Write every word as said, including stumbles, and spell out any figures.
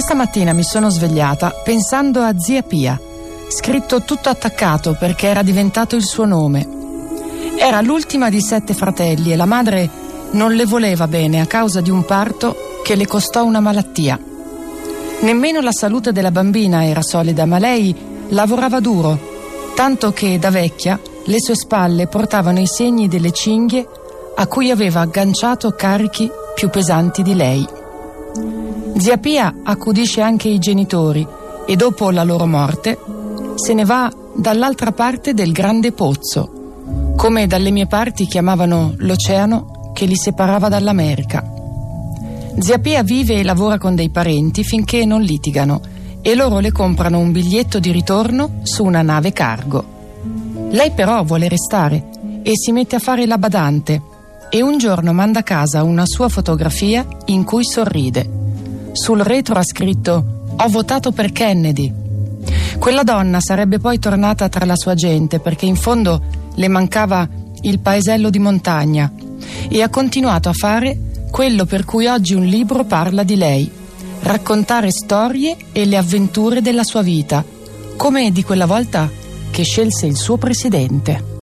Questa mattina mi sono svegliata pensando a zia Pia, scritto tutto attaccato perché era diventato il suo nome. Era l'ultima di sette fratelli e la madre non le voleva bene a causa di un parto che le costò una malattia. Nemmeno la salute della bambina era solida, ma lei lavorava duro, tanto che da vecchia le sue spalle portavano i segni delle cinghie a cui aveva agganciato carichi più pesanti di lei. Zia Pia accudisce anche i genitori e dopo la loro morte se ne va dall'altra parte del grande pozzo, come dalle mie parti chiamavano l'oceano che li separava dall'America. Zia Pia vive e lavora con dei parenti finché non litigano e loro le comprano un biglietto di ritorno su una nave cargo. Lei però vuole restare e si mette a fare la badante e un giorno manda a casa una sua fotografia in cui sorride. Sul retro ha scritto «Ho votato per Kennedy». Quella donna sarebbe poi tornata tra la sua gente perché in fondo le mancava il paesello di montagna e ha continuato a fare quello per cui oggi un libro parla di lei, raccontare storie e le avventure della sua vita, come di quella volta che scelse il suo presidente.